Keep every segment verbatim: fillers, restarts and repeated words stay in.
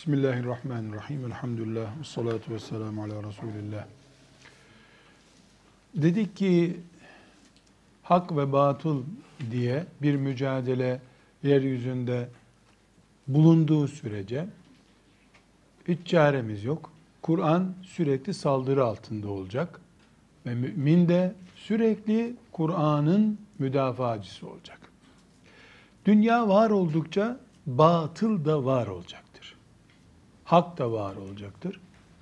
Bismillahirrahmanirrahim. Elhamdülillah. Ve salatu ve selamu ala Resulillah. Dedik ki hak ve batıl diye bir mücadele yeryüzünde bulunduğu sürece hiç çaremiz yok. Kur'an sürekli saldırı altında olacak ve mümin de sürekli Kur'an'ın müdafaacısı olacak. Dünya var oldukça batıl da var olacaktır. Hak da var olacaktır.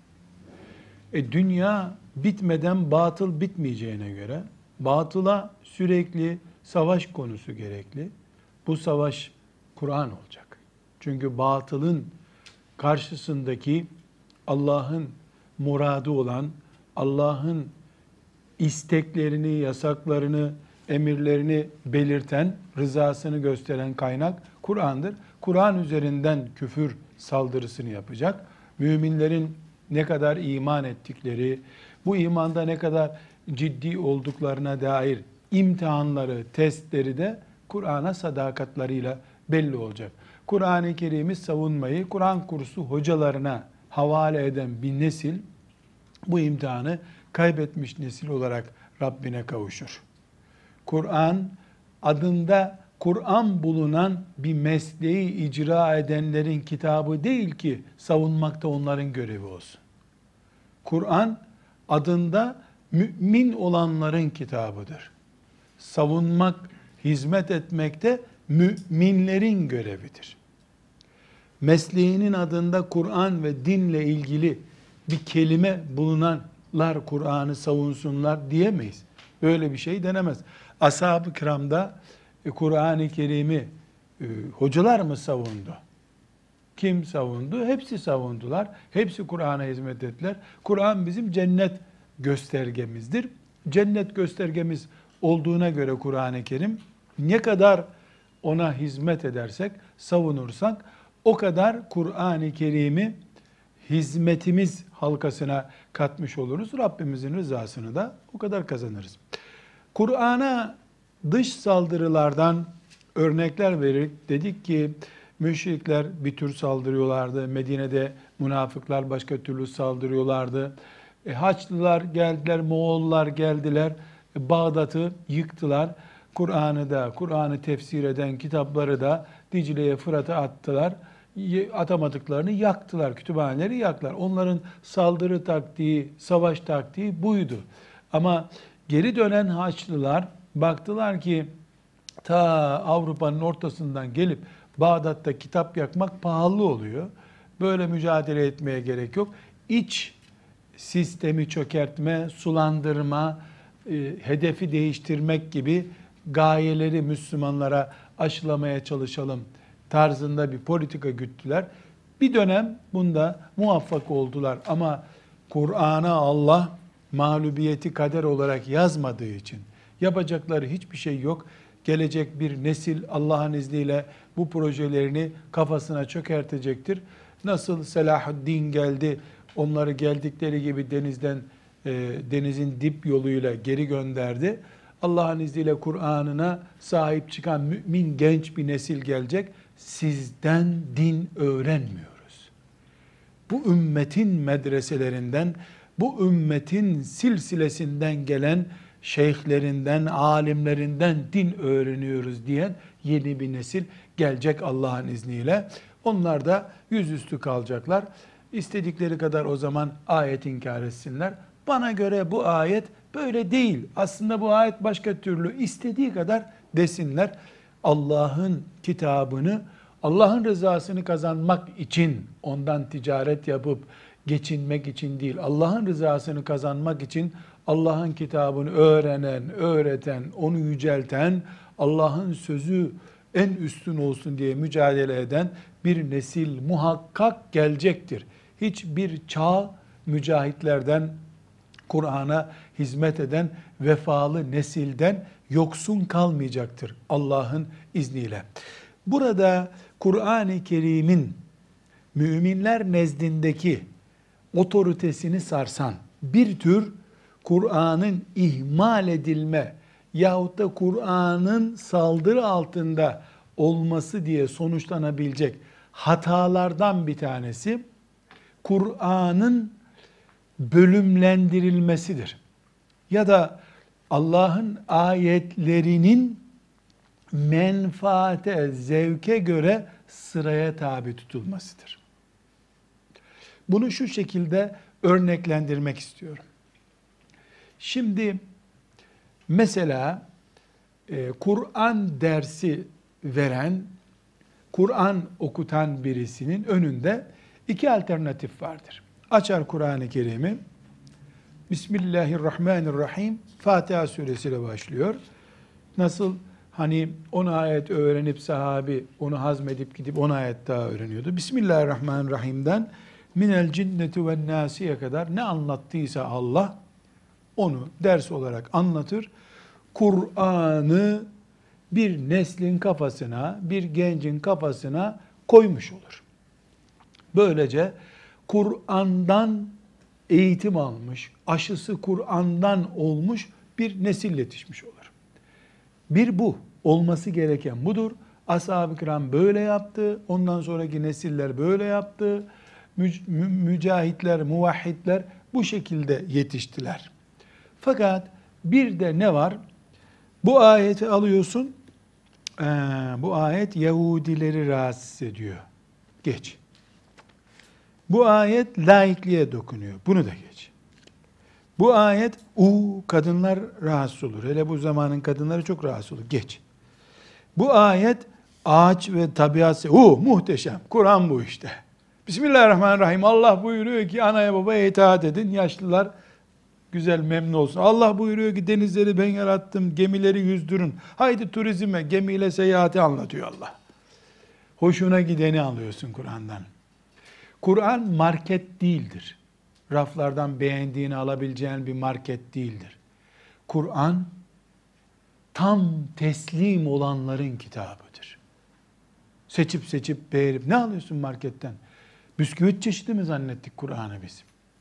E, dünya bitmeden batıl bitmeyeceğine göre batıla sürekli savaş konusu gerekli. Bu savaş Kur'an olacak. Çünkü batılın karşısındaki Allah'ın muradı olan, Allah'ın isteklerini, yasaklarını, emirlerini belirten, rızasını gösteren kaynak Kur'an'dır. Kur'an üzerinden küfür saldırısını yapacak. Müminlerin ne kadar iman ettikleri, bu imanda ne kadar ciddi olduklarına dair imtihanları, testleri de Kur'an'a sadakatleriyle belli olacak. Kur'an-ı Kerim'i savunmayı Kur'an kursu hocalarına havale eden bir nesil bu imtihanı kaybetmiş nesil olarak Rabbine kavuşur. Kur'an adında Kur'an bulunan bir mesleği icra edenlerin kitabı değil ki savunmakta onların görevi olsun. Kur'an adında mümin olanların kitabıdır. Savunmak, hizmet etmek de müminlerin görevidir. Mesleğinin adında Kur'an ve dinle ilgili bir kelime bulunanlar Kur'an'ı savunsunlar diyemeyiz. Böyle bir şey denemez. Ashab-ı kiramda e, Kur'an-ı Kerim'i e, hocalar mı savundu? Kim savundu? Hepsi savundular. Hepsi Kur'an'a hizmet ettiler. Kur'an bizim cennet göstergemizdir. Cennet göstergemiz olduğuna göre Kur'an-ı Kerim ne kadar ona hizmet edersek, savunursak o kadar Kur'an-ı Kerim'i hizmetimiz halkasına katmış oluruz. Rabbimizin rızasını da o kadar kazanırız. Kur'an'a dış saldırılardan örnekler vererek dedik ki müşrikler bir tür saldırıyorlardı. Medine'de münafıklar başka türlü saldırıyorlardı. E, Haçlılar geldiler, Moğollar geldiler. E, Bağdat'ı yıktılar. Kur'an'ı da, Kur'an'ı tefsir eden kitapları da Dicle'ye, Fırat'a attılar. Atamadıklarını yaktılar, kütüphaneleri yaktılar. Onların saldırı taktiği, savaş taktiği buydu. Ama geri dönen Haçlılar baktılar ki ta Avrupa'nın ortasından gelip Bağdat'ta kitap yakmak pahalı oluyor. Böyle mücadele etmeye gerek yok. İç sistemi çökertme, sulandırma, e, hedefi değiştirmek gibi gayeleri Müslümanlara aşılamaya çalışalım tarzında bir politika güttüler. Bir dönem bunda muvaffak oldular ama Kur'an'a Allah mağlubiyeti kader olarak yazmadığı için yapacakları hiçbir şey yok. Gelecek bir nesil Allah'ın izniyle bu projelerini kafasına çökertecektir. Nasıl Selahaddin geldi, onları geldikleri gibi denizden e, denizin dip yoluyla geri gönderdi. Allah'ın izniyle Kur'an'ına sahip çıkan mümin genç bir nesil gelecek. Sizden din öğrenmiyoruz. Bu ümmetin medreselerinden, bu ümmetin silsilesinden gelen şeyhlerinden, alimlerinden din öğreniyoruz diyen yeni bir nesil gelecek Allah'ın izniyle. Onlar da yüzüstü kalacaklar. İstedikleri kadar o zaman ayet inkar etsinler. Bana göre bu ayet böyle değil. Aslında bu ayet başka türlü. İstediği kadar desinler. Allah'ın kitabını, Allah'ın rızasını kazanmak için, ondan ticaret yapıp geçinmek için değil, Allah'ın rızasını kazanmak için Allah'ın kitabını öğrenen, öğreten, onu yücelten, Allah'ın sözü en üstün olsun diye mücadele eden bir nesil muhakkak gelecektir. Hiçbir çağ mücahitlerden, Kur'an'a hizmet eden vefalı nesilden yoksun kalmayacaktır Allah'ın izniyle. Burada Kur'an-ı Kerim'in müminler nezdindeki otoritesini sarsan bir tür Kur'an'ın ihmal edilme yahut da Kur'an'ın saldırı altında olması diye sonuçlanabilecek hatalardan bir tanesi Kur'an'ın bölümlendirilmesidir. Ya da Allah'ın ayetlerinin menfaate, zevke göre sıraya tabi tutulmasıdır. Bunu şu şekilde örneklendirmek istiyorum. Şimdi mesela e, Kur'an dersi veren, Kur'an okutan birisinin önünde iki alternatif vardır. Açar Kur'an-ı Kerim'i, Bismillahirrahmanirrahim, Fatiha suresiyle başlıyor. Nasıl hani on ayet öğrenip sahabi onu hazmedip gidip on ayet daha öğreniyordu. Bismillahirrahmanirrahim'den minel cinneti ve nasiye kadar ne anlattıysa Allah onu ders olarak anlatır. Kur'an'ı bir neslin kafasına, bir gencin kafasına koymuş olur. Böylece Kur'an'dan eğitim almış, aşısı Kur'an'dan olmuş bir nesil yetişmiş olur. Bir bu, olması gereken budur. Ashab-ı kiram böyle yaptı, ondan sonraki nesiller böyle yaptı. Mücahitler, muvahhidler bu şekilde yetiştiler. Fakat bir de ne var? Bu ayeti alıyorsun, ee, bu ayet Yahudileri rahatsız ediyor. Geç. Bu ayet laikliğe dokunuyor. Bunu da geç. Bu ayet, u kadınlar rahatsız olur. Hele bu zamanın kadınları çok rahatsız olur. Geç. Bu ayet ağaç ve tabiat, u muhteşem. Kur'an bu işte. Bismillahirrahmanirrahim. Allah buyuruyor ki anaya babaya itaat edin. Yaşlılar güzel memnun olsun. Allah buyuruyor ki denizleri ben yarattım. Gemileri yüzdürün. Haydi turizme, gemiyle seyahati anlatıyor Allah. Hoşuna gideni alıyorsun Kur'an'dan. Kur'an market değildir. Raflardan beğendiğini alabileceğin bir market değildir. Kur'an tam teslim olanların kitabıdır. Seçip seçip beğenip ne alıyorsun marketten? Bisküvit çeşidi mi zannettik Kur'an'ı biz?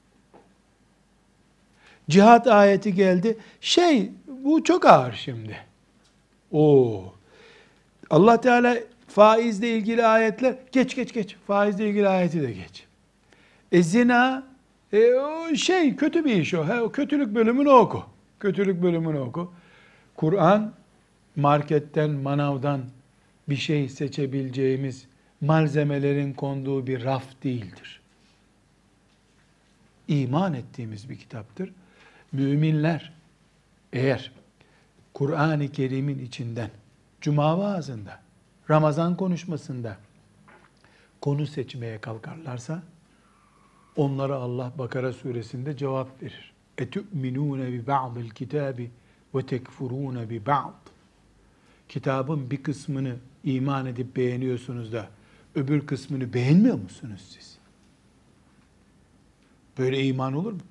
Cihat ayeti geldi. Şey, bu çok ağır şimdi. Oo. Allah Teala faizle ilgili ayetler, geç geç geç. Faizle ilgili ayeti de geç. E zina, e, o şey kötü bir iş o. He, o kötülük bölümünü oku. Kötülük bölümünü oku. Kur'an marketten, manavdan bir şey seçebileceğimiz malzemelerin konduğu bir raf değildir. İman ettiğimiz bir kitaptır. Müminler eğer Kur'an-ı Kerim'in içinden Cuma vaazında, Ramazan konuşmasında konu seçmeye kalkarlarsa onlara Allah Bakara suresinde cevap verir. اَتُؤْمِنُونَ بِبَعْضِ الْكِتَابِ وَتَكْفُرُونَ بِبَعْضِ Kitabın bir kısmını iman edip beğeniyorsunuz da öbür kısmını beğenmiyor musunuz siz? Böyle iman olur mu?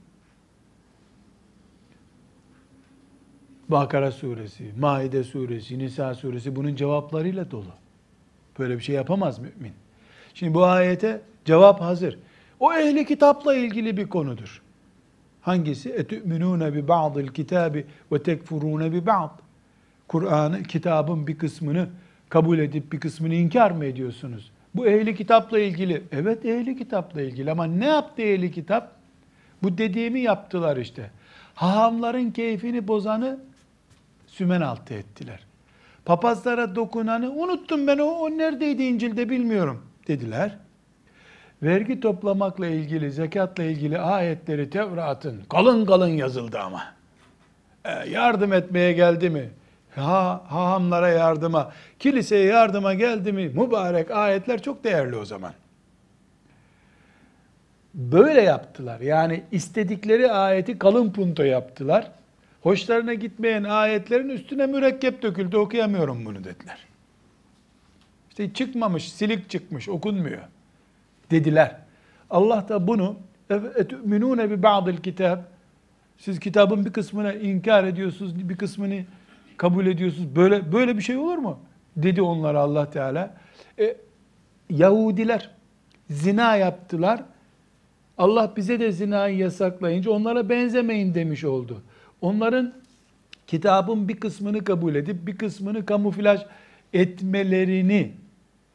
Bakara suresi, Maide suresi, Nisa suresi bunun cevaplarıyla dolu. Böyle bir şey yapamaz mümin. Şimdi bu ayete cevap hazır. O ehli kitapla ilgili bir konudur. Hangisi? اَتُؤْمِنُونَ بِبَعْضِ الْكِتَابِ وَتَكْفُرُونَ بِبَعْضِ Kur'an'ı, kitabın bir kısmını kabul edip bir kısmını inkar mı ediyorsunuz? Bu ehli kitapla ilgili. Evet ehli kitapla ilgili ama ne yaptı ehli kitap? Bu dediğimi yaptılar işte. Hahamların keyfini bozanı sümen altı ettiler. Papazlara dokunanı unuttum ben o, o neredeydi İncil'de bilmiyorum dediler. Vergi toplamakla ilgili, zekatla ilgili ayetleri Tevrat'ın kalın kalın yazıldı ama. E, yardım etmeye geldi mi? Ha, hahamlara yardıma, kiliseye yardıma geldi mi? Mübarek ayetler çok değerli o zaman. Böyle yaptılar. Yani istedikleri ayeti kalın punto yaptılar. Hoşlarına gitmeyen ayetlerin üstüne mürekkep döküldü, okuyamıyorum bunu dediler. İşte çıkmamış, silik çıkmış, okunmuyor dediler. Allah da bunu etu'minune bi ba'dil kitab siz kitabın bir kısmını inkar ediyorsunuz, bir kısmını kabul ediyorsunuz. Böyle böyle bir şey olur mu? Dedi onlara Allah Teala. E, Yahudiler zina yaptılar. Allah bize de zinayı yasaklayınca onlara benzemeyin demiş oldu. Onların kitabın bir kısmını kabul edip bir kısmını kamuflaj etmelerini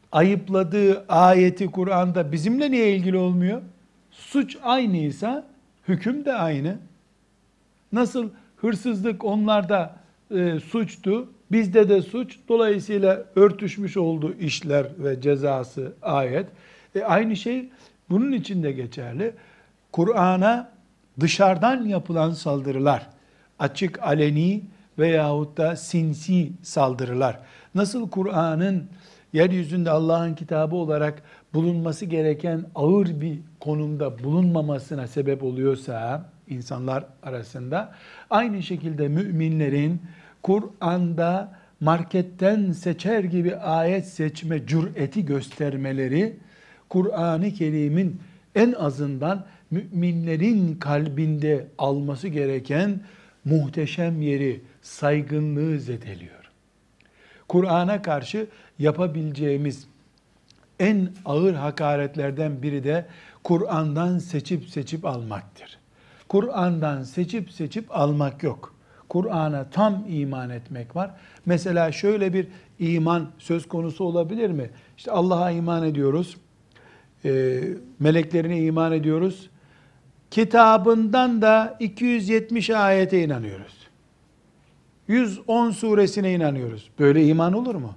ayıpladığı ayeti Kur'an'da bizimle niye ilgili olmuyor? Suç aynıysa hüküm de aynı. Nasıl hırsızlık onlarda e, suçtu, bizde de suç. Dolayısıyla örtüşmüş oldu işler ve cezası ayet. E, aynı şey bunun için de geçerli. Kur'an'a dışarıdan yapılan saldırılar, açık, aleni veyahut da sinsi saldırılar, nasıl Kur'an'ın yeryüzünde Allah'ın kitabı olarak bulunması gereken ağır bir konumda bulunmamasına sebep oluyorsa insanlar arasında, aynı şekilde müminlerin Kur'an'da marketten seçer gibi ayet seçme cüreti göstermeleri, Kur'an-ı Kerim'in en azından müminlerin kalbinde alması gereken muhteşem yeri, saygınlığı zedeliyor. Kur'an'a karşı yapabileceğimiz en ağır hakaretlerden biri de Kur'an'dan seçip seçip almaktır. Kur'an'dan seçip seçip almak yok. Kur'an'a tam iman etmek var. Mesela şöyle bir iman söz konusu olabilir mi? İşte Allah'a iman ediyoruz, e, meleklerine iman ediyoruz, kitabından da iki yüz yetmiş ayete inanıyoruz. yüz on suresine inanıyoruz. Böyle iman olur mu?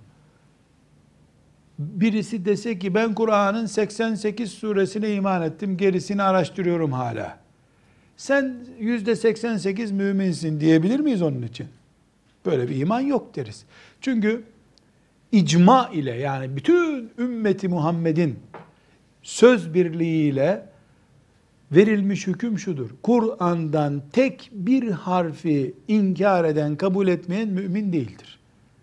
Birisi dese ki ben Kur'an'ın seksen sekiz suresine iman ettim, gerisini araştırıyorum hala. Sen yüzde seksen sekiz müminsin diyebilir miyiz onun için? Böyle bir iman yok deriz. Çünkü icma ile, yani bütün ümmeti Muhammed'in söz birliğiyle verilmiş hüküm şudur: Kur'an'dan tek bir harfi inkar eden, kabul etmeyen mümin değildir.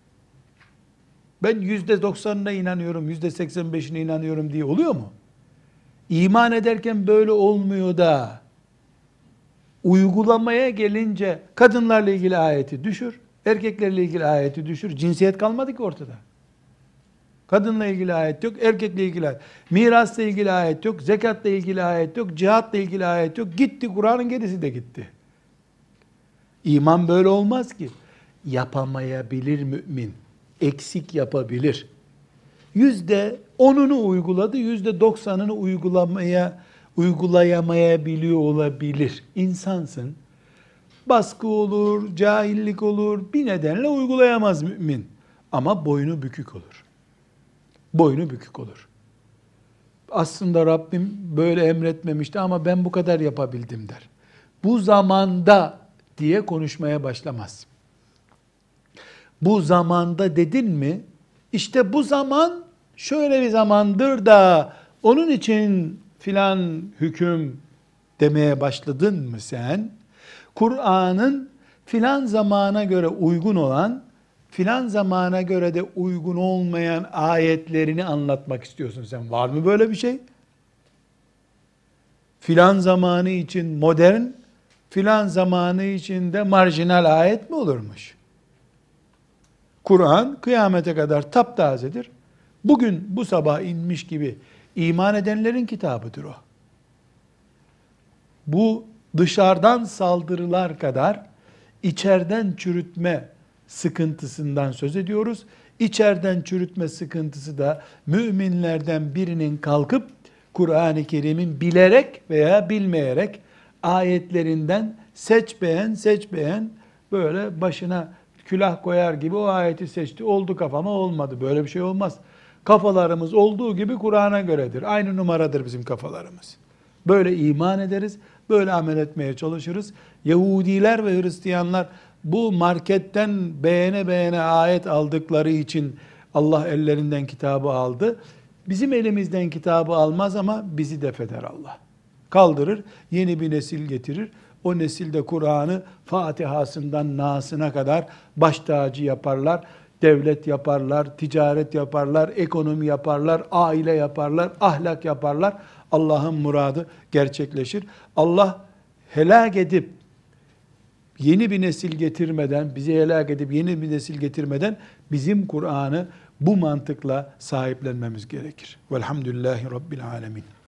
Ben yüzde doksanına inanıyorum, yüzde seksen beşine inanıyorum diye oluyor mu? İman ederken böyle olmuyor da, uygulamaya gelince kadınlarla ilgili ayeti düşür, erkeklerle ilgili ayeti düşür, cinsiyet kalmadı ki ortada. Kadınla ilgili ayet yok, erkekle ilgili ayet. Mirasla ilgili ayet yok, zekatla ilgili ayet yok, cihatla ilgili ayet yok. Gitti, Kur'an'ın gerisi de gitti. İman böyle olmaz ki. Yapamayabilir mümin. Eksik yapabilir. Yüzde onunu uyguladı, yüzde doksanını uygulamaya, uygulayamayabiliyor olabilir. İnsansın. Baskı olur, cahillik olur, bir nedenle uygulayamaz mümin. Ama boynu bükük olur. Boynu bükük olur. Aslında Rabbim böyle emretmemişti ama ben bu kadar yapabildim der. Bu zamanda diye konuşmaya başlamaz. Bu zamanda dedin mi, işte bu zaman şöyle bir zamandır da onun için filan hüküm demeye başladın mı sen? Kur'an'ın filan zamana göre uygun olan, filan zamana göre de uygun olmayan ayetlerini anlatmak istiyorsun sen. Var mı böyle bir şey? Filan zamanı için modern, filan zamanı için de marjinal ayet mi olurmuş? Kur'an kıyamete kadar taptazedir. Bugün bu sabah inmiş gibi iman edenlerin kitabıdır o. Bu dışarıdan saldırılar kadar içeriden çürütme sıkıntısından söz ediyoruz. İçeriden çürütme sıkıntısı da müminlerden birinin kalkıp Kur'an-ı Kerim'in bilerek veya bilmeyerek ayetlerinden seç beğen seç beğen böyle başına külah koyar gibi o ayeti seçti. Oldu kafama, olmadı. Böyle bir şey olmaz. Kafalarımız olduğu gibi Kur'an'a göredir. Aynı numaradır bizim kafalarımız. Böyle iman ederiz, böyle amel etmeye çalışırız. Yahudiler ve Hristiyanlar bu marketten beğene beğene ayet aldıkları için Allah ellerinden kitabı aldı. Bizim elimizden kitabı almaz ama bizi def eder Allah. Kaldırır, yeni bir nesil getirir. O nesilde Kur'an'ı Fatiha'sından Nas'ına kadar baş tacı yaparlar. Devlet yaparlar, ticaret yaparlar, ekonomi yaparlar, aile yaparlar, ahlak yaparlar. Allah'ın muradı gerçekleşir. Allah helak edip yeni bir nesil getirmeden, bizi helak edip yeni bir nesil getirmeden bizim Kur'an'ı bu mantıkla sahiplenmemiz gerekir. Velhamdülillahi Rabbil alemin.